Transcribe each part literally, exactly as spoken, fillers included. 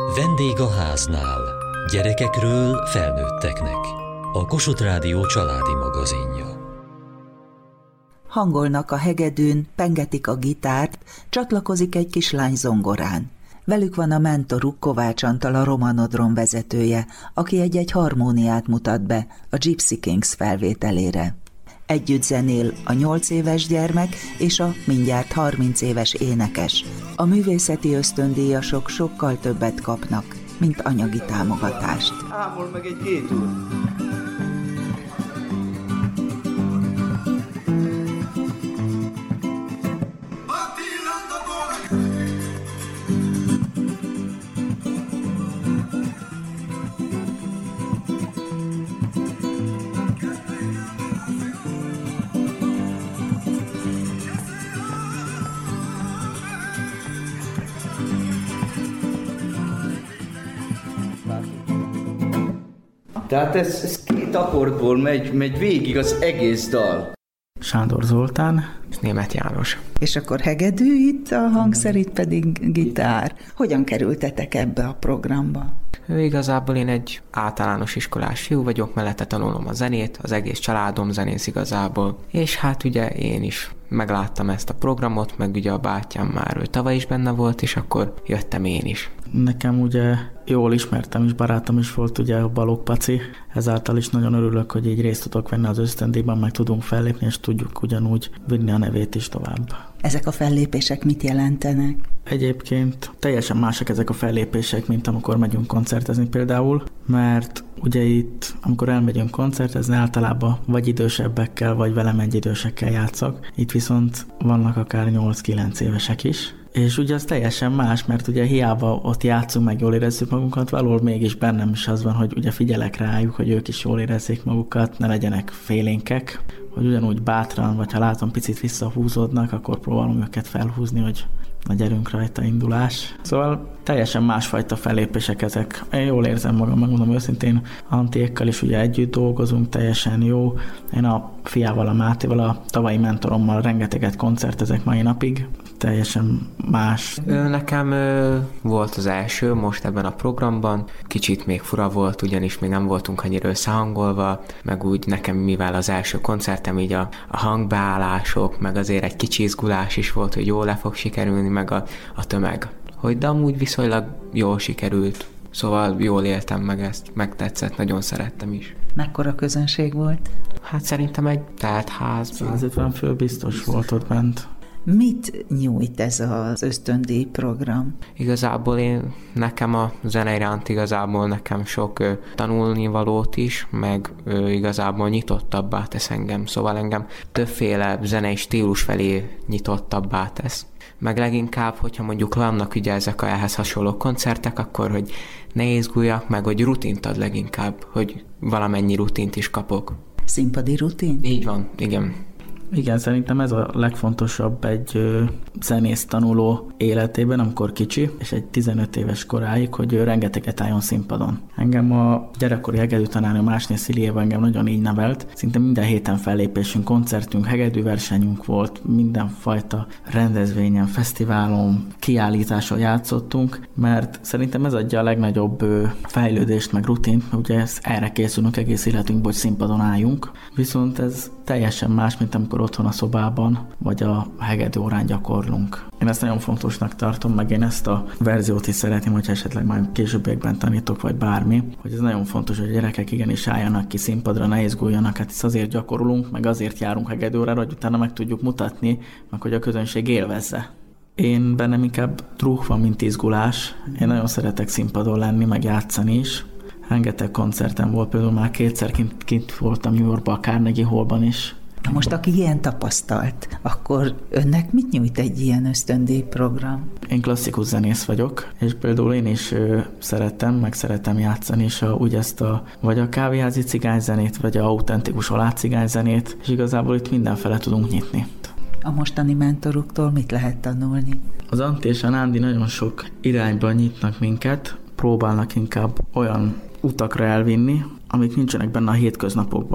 Vendég a háznál. Gyerekekről felnőtteknek. A Kossuth Rádió családi magazinja. Hangolnak a hegedűn, pengetik a gitárt, csatlakozik egy kislány zongorán. Velük van a mentoruk, Kovács Antal, a Romanodrom vezetője, aki egy-egy harmóniát mutat be a Gypsy Kings felvételére. Együtt zenél a nyolc éves gyermek és a mindjárt harminc éves énekes. A művészeti ösztöndíjasok sokkal többet kapnak, mint anyagi támogatást. Ámol meg egy két úr. Tehát ez, ez két akkordból megy, megy végig az egész dal. Sándor Zoltán és Németh János. És akkor hegedű itt, a hangszer itt pedig gitár. Hogyan kerültetek ebbe a programba? Igazából én egy általános iskolás fiú vagyok, mellette tanulom a zenét, az egész családom zenész igazából. És hát ugye én is megláttam ezt a programot, meg ugye a bátyám már ő tavaly is benne volt, és akkor jöttem én is. Nekem ugye jól ismertem is, barátom is volt ugye a Balogh Paci, ezáltal is nagyon örülök, hogy így részt tudok venni az ösztöndíjban, meg tudunk fellépni, és tudjuk ugyanúgy vinni a nevét is tovább. Ezek a fellépések mit jelentenek? Egyébként teljesen másak ezek a fellépések, mint amikor megyünk koncertezni például, mert ugye itt, amikor elmegyünk koncertezni, általában vagy idősebbekkel, vagy velem egy idősekkel játszok. Itt viszont vannak akár nyolc-kilenc évesek is. És ugye az teljesen más, mert ugye hiába ott játszunk, meg jól érezzük magunkat, valahol mégis bennem is az van, hogy ugye figyelek rájuk, hogy ők is jól érezzék magukat, ne legyenek félénkek, hogy ugyanúgy bátran, vagy ha látom picit visszahúzódnak, akkor próbálom őket felhúzni, hogy na gyerünk rajta, indulás. Szóval teljesen másfajta fellépések ezek. Én jól érzem magam, megmondom őszintén, Antiékkal is ugye együtt dolgozunk, teljesen jó. Én a fiával, a Mátéval, a tavalyi mentorommal rengeteget koncertezek mai napig. Teljesen más. Nekem ö, volt az első most ebben a programban. Kicsit még fura volt, ugyanis még nem voltunk annyira összehangolva, meg úgy nekem, mivel az első koncertem, így a, a hangbeállások, meg azért egy kicsi izgulás is volt, hogy jól le fog sikerülni, meg a, a tömeg. Hogy de amúgy viszonylag jól sikerült. Szóval jól éltem meg ezt, megtetszett, nagyon szerettem is. Mekkora közönség volt? Hát szerintem egy teltház. százötven fő biztos volt ott bent. Mit nyújt ez az ösztöndíj program? Igazából én, nekem a zene iránt igazából nekem sok ö, tanulnivalót is, meg ö, igazából nyitottabbá tesz engem, szóval engem többféle zenei stílus felé nyitottabbá tesz. Meg leginkább, hogyha mondjuk vannak ugye ezek a ehhez hasonló koncertek, akkor hogy ne izguljak, meg hogy rutint ad leginkább, hogy valamennyi rutint is kapok. Színpadi rutin? Így van, igen. Igen, szerintem ez a legfontosabb egy ö, zenész tanuló életében, amikor kicsi, és egy tizenöt éves koráig, hogy ő rengeteget álljon színpadon. Engem a gyerekkori hegedűtanárnő Másné Sziliéva engem nagyon így nevelt. Szinte minden héten fellépésünk, koncertünk, hegedűversenyünk volt, mindenfajta rendezvényen, fesztiválon, kiállításon játszottunk, mert szerintem ez adja a legnagyobb ö, fejlődést, meg rutint, ugye erre készülünk egész életünkben, hogy színpadon álljunk. Viszont ez teljesen más, mint amikor otthon a szobában, vagy a hegedű órán gyakorlunk. Én ezt nagyon fontosnak tartom, meg én ezt a verziót is szeretném, hogyha esetleg majd későbbiekben tanítok, vagy bármi, hogy ez nagyon fontos, hogy a gyerekek igenis álljanak ki színpadra, ne izguljanak, hát ezt azért gyakorolunk, meg azért járunk hegedű órára, hogy utána meg tudjuk mutatni, meg hogy a közönség élvezze. Én bennem inkább trúh van, mint izgulás. Én nagyon szeretek színpadon lenni, meg játszani is. Rengeteg koncertem volt, például már kétszer kint, kint voltam New Yorkban, a Carnegie Hallban is. Na most, aki ilyen tapasztalt, akkor önnek mit nyújt egy ilyen ösztöndíj program? Én klasszikus zenész vagyok, és például én is ö, szeretem, meg szeretem játszani, és a, úgy ezt a, vagy a kávéházi cigányzenét, vagy a autentikus alácigányzenét, és igazából itt mindenfele tudunk nyitni. A mostani mentoruktól mit lehet tanulni? Az Antti és a Nándi nagyon sok irányban nyitnak minket, próbálnak inkább olyan utakra elvinni, amik nincsenek benne a hétköznapokban.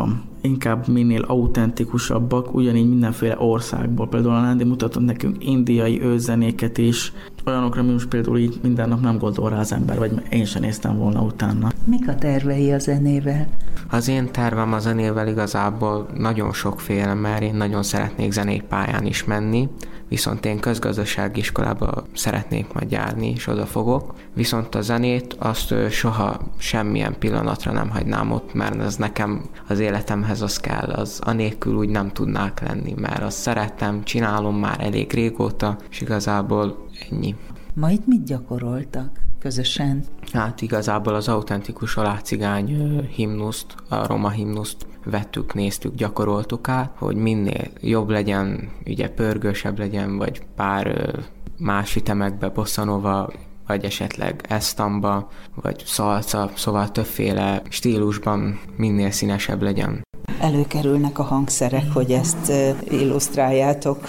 inkább minél autentikusabbak, ugyanígy mindenféle országból. Például a Nándi mutatott nekünk indiai őszenéket is, olyanokra, ami most például így minden nap nem gondol rá az ember, vagy én sem néztem volna utána. Mik a tervei a zenével? Az én tervem a zenével igazából nagyon sokféle, mert én nagyon szeretnék zenei pályán is menni, viszont én közgazdasági iskolába szeretnék majd járni, és oda fogok. Viszont a zenét azt soha semmilyen pillanatra nem hagynám ott, mert ez nekem az életemhez az kell, az anélkül úgy nem tudnák lenni, mert azt szerettem, csinálom már elég régóta, és igazából ennyi. Ma itt mit gyakoroltak közösen? Hát igazából az autentikus alácigány himnuszt, a roma himnuszt vettük, néztük, gyakoroltuk át, hogy minél jobb legyen, ugye pörgősebb legyen, vagy pár más ütemekbe, bosszanova, vagy esetleg esztamba, vagy szalca, szóval többféle stílusban minél színesebb legyen. Előkerülnek a hangszerek, hogy ezt illusztráljátok.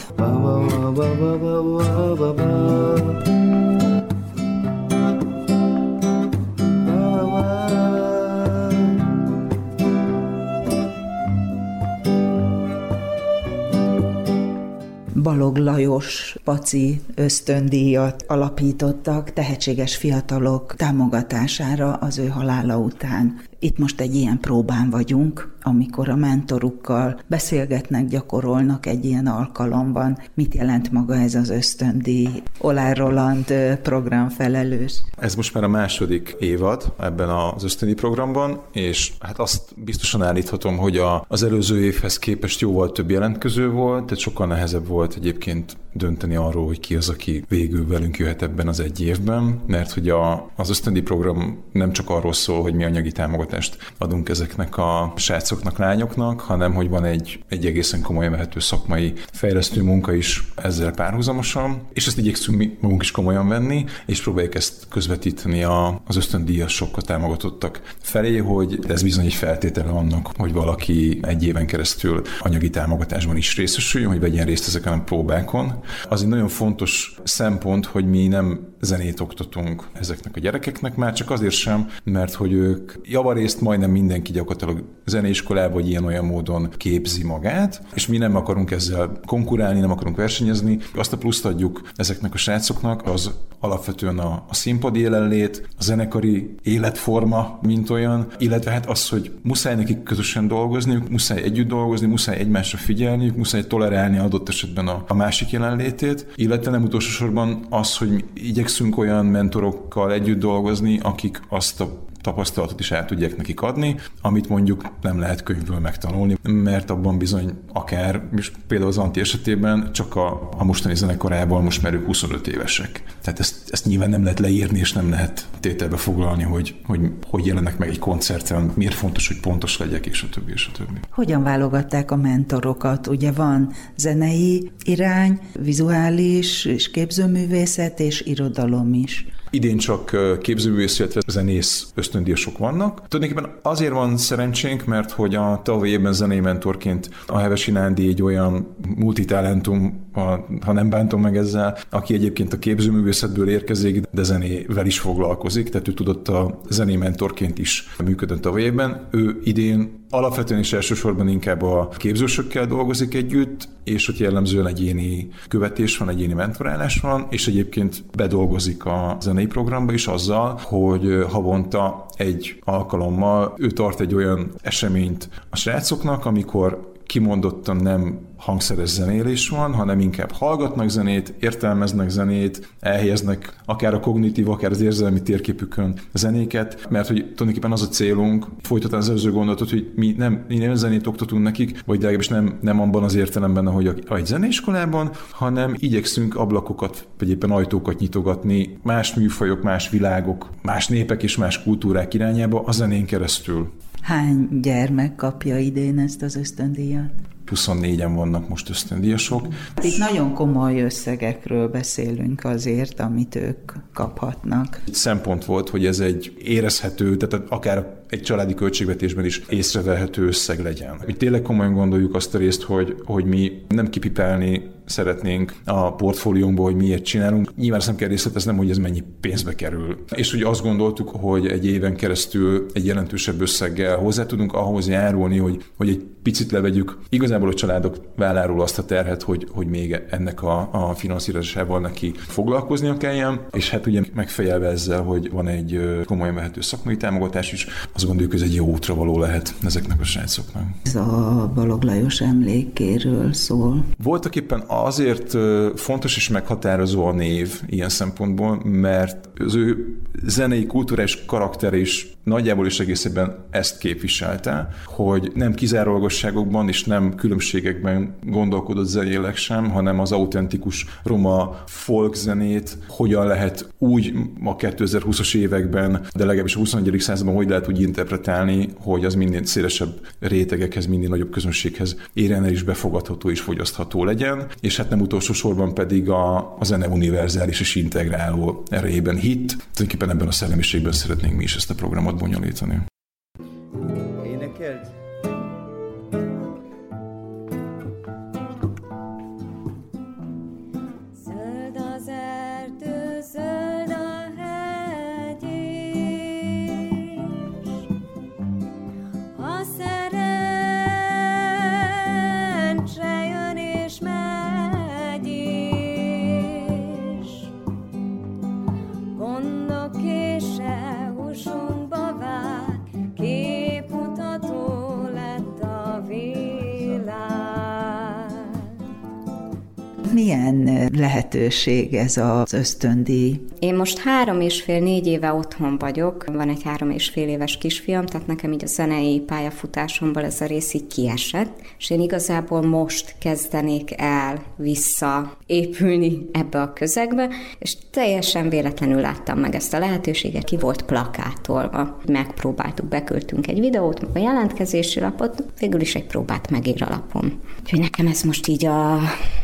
Balog Lajos Paci ösztöndíjat alapítottak tehetséges fiatalok támogatására az ő halála után. Itt most egy ilyen próbán vagyunk, amikor a mentorukkal beszélgetnek, gyakorolnak egy ilyen alkalomban. Mit jelent maga ez az ösztöndíj? Olár Roland programfelelős. Ez most már a második évad ebben az ösztöndíj programban, és hát azt biztosan állíthatom, hogy a, az előző évhez képest jóval több jelentkező volt, tehát sokkal nehezebb volt egyébként dönteni arról, hogy ki az, aki végül velünk jöhet ebben az egy évben, mert hogy a, az ösztöndíj program nem csak arról szól, hogy mi anyagi támogatást adunk ezeknek a srácoknak, lányoknak, hanem hogy van egy, egy egészen komolyan vehető szakmai fejlesztő munka is ezzel párhuzamosan, és ezt igyekszünk mi magunk is komolyan venni, és próbáljuk ezt közvetíteni a, az ösztöndíjasokkal támogatottak felé, hogy ez bizony egy feltétele annak, hogy valaki egy éven keresztül anyagi támogatásban is részesüljön, hogy vegyen részt ezeken a próbákon. Az egy nagyon fontos szempont, hogy mi nem zenét oktatunk ezeknek a gyerekeknek, már csak azért sem, mert hogy ők javarészt majdnem mindenki gyakorlatilag zeneiskolában vagy ilyen-olyan módon képzi magát, és mi nem akarunk ezzel konkurálni, nem akarunk versenyezni. Azt a pluszt adjuk ezeknek a srácoknak, az alapvetően a, a színpadi jelenlét, a zenekari életforma, mint olyan, illetve hát az, hogy muszáj nekik közösen dolgozniuk, muszáj együtt dolgozni, muszáj egymásra figyelniük, muszáj tolerálni adott esetben a, a másik jelenlétét, illetve nem utolsó sorban az, hogy igyekszünk olyan mentorokkal együtt dolgozni, akik azt a tapasztalatot is el tudják nekik adni, amit mondjuk nem lehet könyvből megtanulni, mert abban bizony akár, és például az Anti esetében csak a, a mostani zenekarában most már ők huszonöt évesek. Tehát ezt, ezt nyilván nem lehet leírni, és nem lehet tételbe foglalni, hogy hogy, hogy jelennek meg egy koncerten, miért fontos, hogy pontos legyek, és a többi, és a többi. Hogyan válogatták a mentorokat? Ugye van zenei irány, vizuális és képzőművészet, és irodalom is. Idén csak képzőművész, illetve zenész ösztöndíjasok vannak. Tulajdonképpen azért van szerencsénk, mert hogy a tavalyi évben zenei mentorként a Hevesi Nándi egy olyan multitalentum, ha nem bántom meg ezzel, aki egyébként a képzőművészetből érkezik, de zenével is foglalkozik, tehát ő tudott a zenei mentorként is működött tavalyi évben. Ő idén alapvetően és elsősorban inkább a képzősökkel dolgozik együtt, és ott jellemzően egyéni követés van, egyéni mentorálás van, és egyébként bedolgozik a zenei programba is azzal, hogy havonta egy alkalommal ő tart egy olyan eseményt a srácoknak, amikor kimondottan nem hangszeres zenélés van, hanem inkább hallgatnak zenét, értelmeznek zenét, elhelyeznek akár a kognitív, akár az érzelmi térképükön zenéket, mert hogy tulajdonképpen az a célunk, folytatni az előző gondolatot, hogy mi nem, mi nem zenét oktatunk nekik, vagy legalábbis nem, nem abban az értelemben, ahogy a, egy zeneiskolában, hanem igyekszünk ablakokat, vagy éppen ajtókat nyitogatni más műfajok, más világok, más népek és más kultúrák irányába a zenén keresztül. Hány gyermek kapja idén ezt az ösztöndíjat? huszonnégyen vannak most ösztöndíjasok. Itt nagyon komoly összegekről beszélünk azért, amit ők kaphatnak. Egy szempont volt, hogy ez egy érezhető, tehát akár egy családi költségvetésben is észrevehető összeg legyen. Hogy tényleg komolyan gondoljuk azt a részt, hogy, hogy mi nem kipipálni szeretnénk a portfóliónkból, hogy miért csinálunk. Nyilván ezt nem kell részleteznem, hogy ez mennyi pénzbe kerül. És hogy azt gondoltuk, hogy egy éven keresztül egy jelentősebb összeggel hozzá tudunk ahhoz járulni, hogy, hogy egy picit levegyük igazából a családok válláról azt a terhet, hogy, hogy még ennek a, a finanszírozásával neki foglalkoznia kelljen. És hát ugye megfejelve ezzel, hogy van egy komolyan vehető szakmai támogatás is, azt gondoljuk, hogy ez egy jó útra való lehet ezeknek a srácoknak. Ez a Balogh Lajos emlékéről szól. Voltak éppen azért fontos és meghatározó a név ilyen szempontból, mert az ő zenei, kulturális karakter is nagyjából is egészében ezt képviselte, hogy nem kizárólagosságokban és nem különbségekben gondolkodott zenéleg sem, hanem az autentikus roma folk zenét hogyan lehet úgy a kétezer-húszas években, de legalábbis a huszonegyedik században hogy lehet úgy interpretálni, hogy az minden szélesebb rétegekhez, minden nagyobb közönséghez érjen el is befogadható és fogyasztható legyen, és hát nem utolsó sorban pedig a, a zene univerzális és integráló erejében hitt. Tulajdonképpen ebben a szellemiségben szeretnénk mi is ezt a programot bonyolítani. Énekeld? Zöld az erdő, zöld a hegy is, a szerencse jön és megy is, gondok kése húsunkba vág, képmutató lett a világ. Milyen lehetőség ez az ösztöndíj? Én most három és fél, négy éve otthon vagyok. Van egy három és fél éves kisfiam, tehát nekem így a zenei pályafutásomból ez a rész így kiesett, és én igazából most kezdenék el visszaépülni ebbe a közegbe, és teljesen véletlenül láttam meg ezt a lehetőséget, ki volt plakátolva. Megpróbáltuk, beküldtünk egy videót, meg a jelentkezési lapot, végül is egy próbát megír alapon. Úgyhogy nekem ez most így a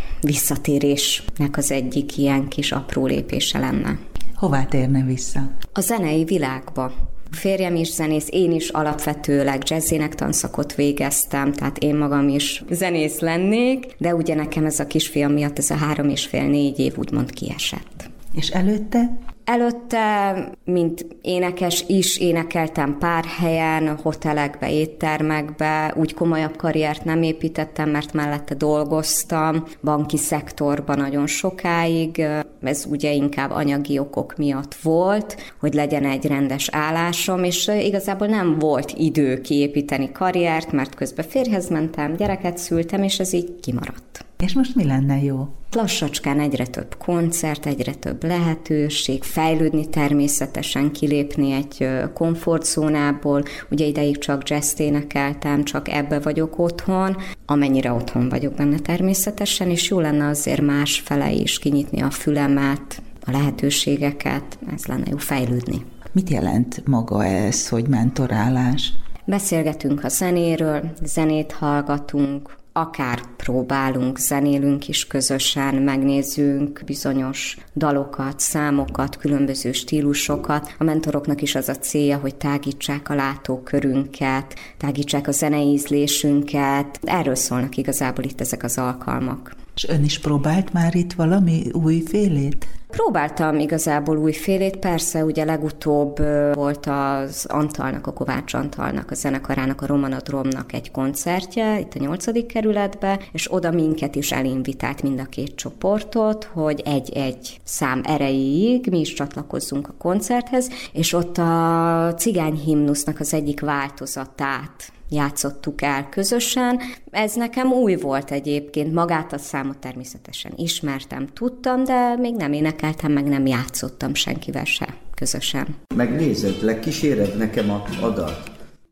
visszatérésnek az egyik ilyen kis apró lépése lenne. Hová térne vissza? A zenei világba. Férjem is zenész, én is alapvetőleg jazzének tanszakot végeztem, tehát én magam is zenész lennék, de ugye nekem ez a kisfiam miatt ez a három és fél, négy év úgymond kiesett. És előtte? Előtte, mint énekes is énekeltem pár helyen, hotelekbe, éttermekbe, úgy komolyabb karriert nem építettem, mert mellette dolgoztam, banki szektorban nagyon sokáig, ez ugye inkább anyagi okok miatt volt, hogy legyen egy rendes állásom, és igazából nem volt idő kiépíteni karriert, mert közben férjhez mentem, gyereket szültem, és ez így kimaradt. És most mi lenne jó? Lassacskán egyre több koncert, egyre több lehetőség, fejlődni természetesen, kilépni egy komfortzónából. Ugye ideig csak jazzt énekeltem, csak ebbe vagyok otthon, amennyire otthon vagyok benne természetesen, és jó lenne azért másfele is kinyitni a fülemet, a lehetőségeket, ez lenne jó fejlődni. Mit jelent maga ez, hogy mentorálás? Beszélgetünk a zenéről, zenét hallgatunk, akár próbálunk, zenélünk is közösen, megnézzünk bizonyos dalokat, számokat, különböző stílusokat. A mentoroknak is az a célja, hogy tágítsák a látókörünket, tágítsák a zenei ízlésünket. Erről szólnak igazából itt ezek az alkalmak. És ön is próbált már itt valami újfélét? Próbáltam igazából újfélét, persze ugye legutóbb volt az Antalnak, a Kovács Antalnak, a zenekarának, a Romanodromnak egy koncertje, itt a nyolcadik kerületbe, és oda minket is elinvitált mind a két csoportot, hogy egy-egy szám erejéig mi is csatlakozzunk a koncerthez, és ott a cigányhimnusznak az egyik változatát játszottuk el közösen. Ez nekem új volt egyébként, magát a számot természetesen ismertem, tudtam, de még nem énekeltem, meg nem játszottam senkivel se közösen. Megnézed, lekíséred nekem a adat.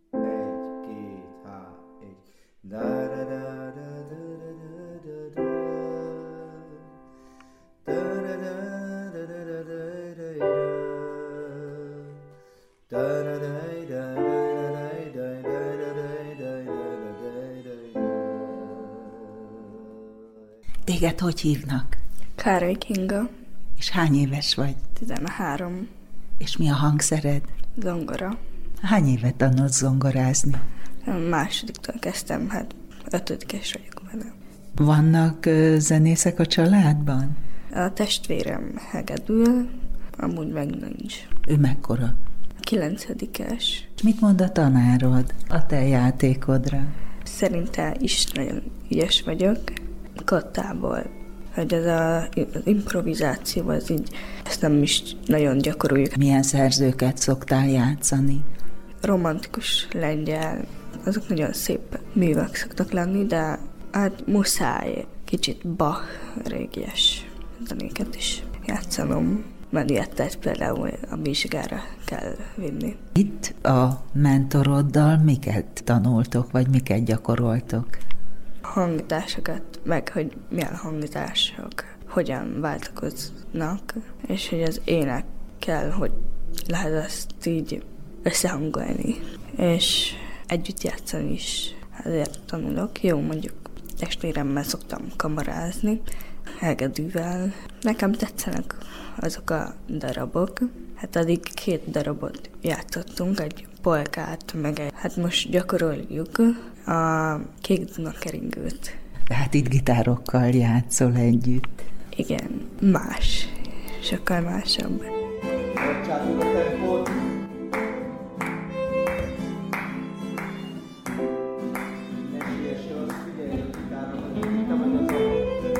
Egy, két, há, egy. Da, da, da, da, da, da, da. Téged hogy hívnak? Károly Kinga. És hány éves vagy? tizenhárom. És mi a hangszered? Zongora. Hány éve tanulsz zongorázni? Másodiktól kezdtem, hát ötödikes vagyok vele. Vannak ö, zenészek a családban? A testvérem hegedül, amúgy meg nincs. Ő mekkora? Kilencedikes. Mit mond a tanárod a te játékodra? Szerinte is nagyon ügyes vagyok. Kottából, hogy ez a, az improvizáció, az így, ezt nem is nagyon gyakoroljuk. Milyen szerzőket szoktál játszani? Romantikus lengyel, azok nagyon szép művek szoktak lenni, de hát muszáj kicsit Bach régies zenéket is játszanom. Mert ilyet például a vizsgára kell vinni. Itt a mentoroddal miket tanultok, vagy miket gyakoroltok? Hangzásokat, meg hogy milyen hangzások, hogyan váltakoznak, és hogy az énekkel, hogy lehet azt így összehangolni, és együtt játszani is. Ezért tanulok. Jó, mondjuk testvéremmel szoktam kamarázni, hegedűvel. Nekem tetszenek azok a darabok. Hát addig két darabot játszottunk, egy polkát, meg egy, hát most gyakoroljuk a Kék Duna keringőt. Tehát itt gitárokkal játszol együtt. Igen, más. Sokkal másabb. Tartsátok a tempót! Ne siess, az figyelj a gitáron, hogy te vagy az a...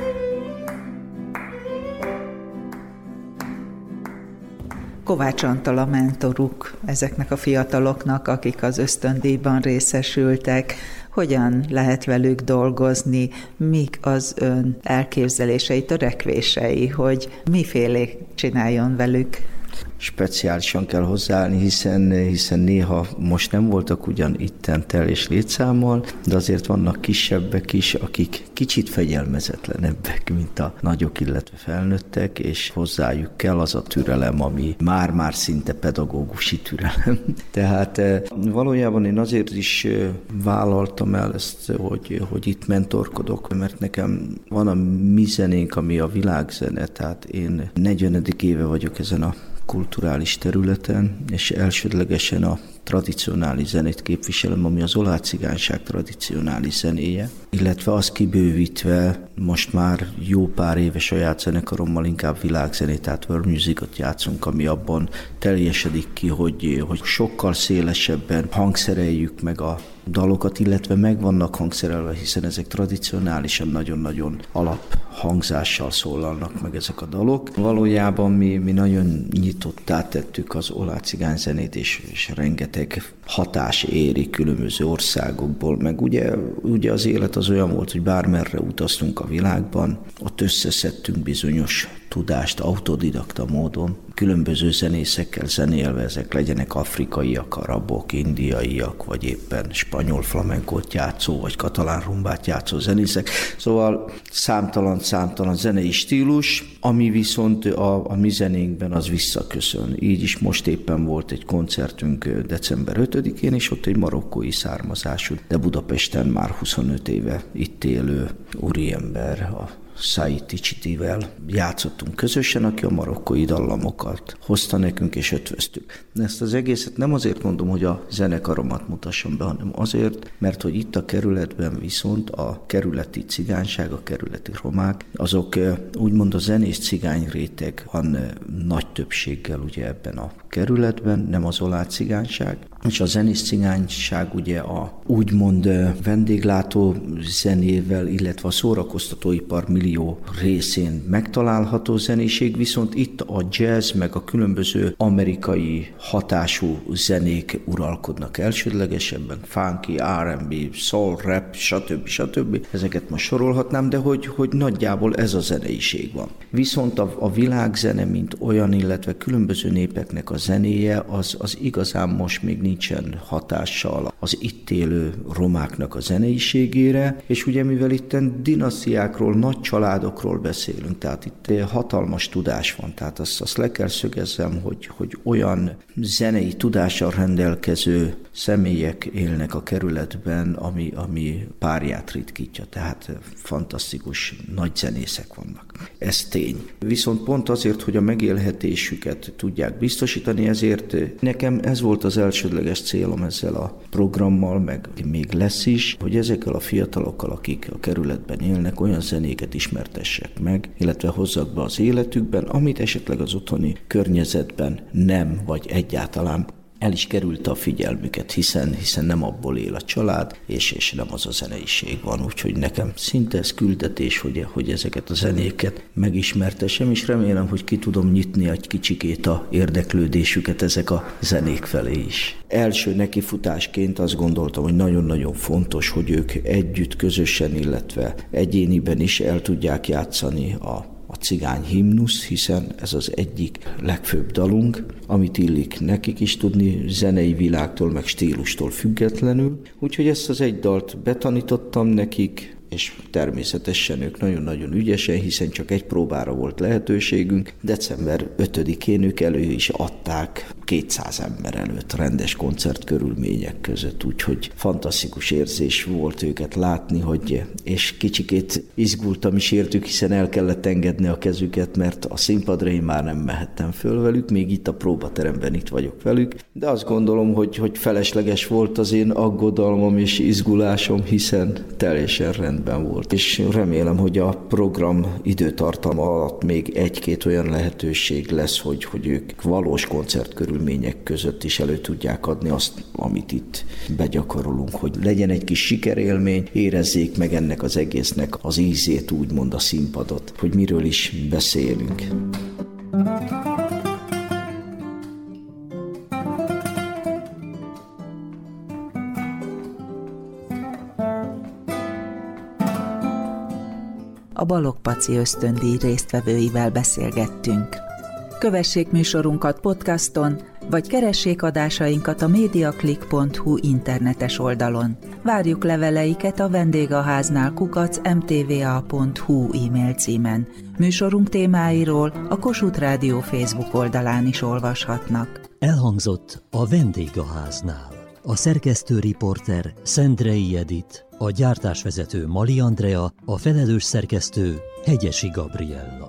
Kovács Antal a mentoruk ezeknek a fiataloknak, akik az ösztöndíjban részesültek. Hogyan lehet velük dolgozni? Mik az ön elképzelései, törekvései, hogy mifélék csináljon velük? Speciálisan kell hozzáállni, hiszen, hiszen néha most nem voltak ugyan itten tel és létszámmal, de azért vannak kisebbek is, akik kicsit fegyelmezetlenebbek, mint a nagyok, illetve felnőttek, és hozzájuk kell az a türelem, ami már-már szinte pedagógusi türelem. Tehát valójában én azért is vállaltam el ezt, hogy, hogy itt mentorkodok, mert nekem van a mi zenénk, ami a világzene, tehát én negyvenedik éve vagyok ezen a kulturális területen, és elsődlegesen a tradicionális zenét képviselem, ami az oláh cigányság tradicionális zenéje, illetve azt kibővítve most már jó pár éve saját zenekarommal inkább világzenét, tehát world musicot játszunk, ami abban teljesedik ki, hogy, hogy sokkal szélesebben hangszereljük meg a dalokat, illetve meg vannak hangszerelve, hiszen ezek tradicionálisan nagyon-nagyon alaphangzással szólalnak meg ezek a dalok. Valójában mi, mi nagyon nyitottá tettük az oláh cigány zenét, és, és rengeteg hatás éri különböző országokból, meg ugye, ugye az élet az olyan volt, hogy bármerre utaztunk a világban, ott összeszedtünk bizonyos tudást autodidakta módon, különböző zenészekkel zenélve, ezek legyenek afrikaiak, arabok, indiaiak, vagy éppen spanyol flamenkót játszó, vagy katalán rumbát játszó zenészek. Szóval számtalan-számtalan zenei stílus, ami viszont a, a mi zenénkben az visszaköszön. Így is most éppen volt egy koncertünk december ötödikén, és ott egy marokkói származású, de Budapesten már huszonöt éve itt élő úriember, a Said Tichitivel játszottunk közösen, aki a marokkói dallamokat hozta nekünk, és ötvöztük. Ezt az egészet nem azért mondom, hogy a zenekaromat mutassam be, hanem azért, mert hogy itt a kerületben viszont a kerületi cigányság, a kerületi romák, azok úgymond a zenész cigány réteg van nagy többséggel ugye ebben a kerületben, nem az oláh cigányság, és a zenész cigányság ugye a úgymond vendéglátó zenével, illetve a szórakoztatóipar millió részén megtalálható zenéség, viszont itt a jazz meg a különböző amerikai hatású zenék uralkodnak elsődlegesebben, funky, er and bé, soul, rap, stb. stb. Ezeket most sorolhatnám, de hogy, hogy nagyjából ez a zeneiség van. Viszont a, a világzene, mint olyan, illetve különböző népeknek a zenéje, az, az igazán most még nincsen hatással az itt élő romáknak a zeneiségére, és ugye mivel itt dinasztiákról, nagy családokról beszélünk, tehát itt hatalmas tudás van, tehát azt, azt le kell szögezzem, hogy, hogy olyan zenei tudással rendelkező személyek élnek a kerületben, ami, ami párját ritkítja, tehát fantasztikus nagy zenészek vannak. Ez tény. Viszont pont azért, hogy a megélhetésüket tudják biztosítani, biztosítani, ezért nekem ez volt az elsődleges célom ezzel a programmal, meg még lesz is, hogy ezekkel a fiatalokkal, akik a kerületben élnek, olyan zenéket ismertessek meg, illetve hozzak be az életükben, amit esetleg az otthoni környezetben nem, vagy egyáltalán el is került a figyelmüket, hiszen, hiszen nem abból él a család, és, és nem az a zeneiség van, úgyhogy nekem szinte ez küldetés, hogy, hogy ezeket a zenéket megismertessem, és remélem, hogy ki tudom nyitni egy kicsikét a érdeklődésüket ezek a zenék felé is. Első nekifutásként azt gondoltam, hogy nagyon-nagyon fontos, hogy ők együtt, közösen, illetve egyéniben is el tudják játszani a a cigány himnusz, hiszen ez az egyik legfőbb dalunk, amit illik nekik is tudni zenei világtól, meg stílustól függetlenül. Úgyhogy ezt az egy dalt betanítottam nekik, és természetesen ők nagyon-nagyon ügyesen, hiszen csak egy próbára volt lehetőségünk. december ötödikén ők elő is adták kétszáz ember előtt, rendes koncertkörülmények között, úgyhogy fantasztikus érzés volt őket látni, hogy, és kicsikét izgultam is értük, hiszen el kellett engedni a kezüket, mert a színpadra én már nem mehettem föl velük, még itt a próbateremben itt vagyok velük, de azt gondolom, hogy, hogy felesleges volt az én aggodalmam és izgulásom, hiszen teljesen rendben volt. És remélem, hogy a program időtartama alatt még egy-két olyan lehetőség lesz, hogy, hogy ők valós koncertkörülmények között is elő tudják adni azt, amit itt begyakorolunk, hogy legyen egy kis sikerélmény, érezzék meg ennek az egésznek az ízét, úgymond a színpadot, hogy miről is beszélünk. A Balogh Paci ösztöndíj résztvevőivel beszélgettünk. Kövessék műsorunkat podcaston, vagy keressék adásainkat a mediaclick pont hu internetes oldalon. Várjuk leveleiket a vendégháznál kukac em té vé á pont hu e-mail címen. Műsorunk témáiról a Kossuth Rádió Facebook oldalán is olvashatnak. Elhangzott a vendégháznál. A szerkesztő riporter Szendrei Edit, a gyártásvezető Mali Andrea, a felelős szerkesztő Hegyesi Gabriella.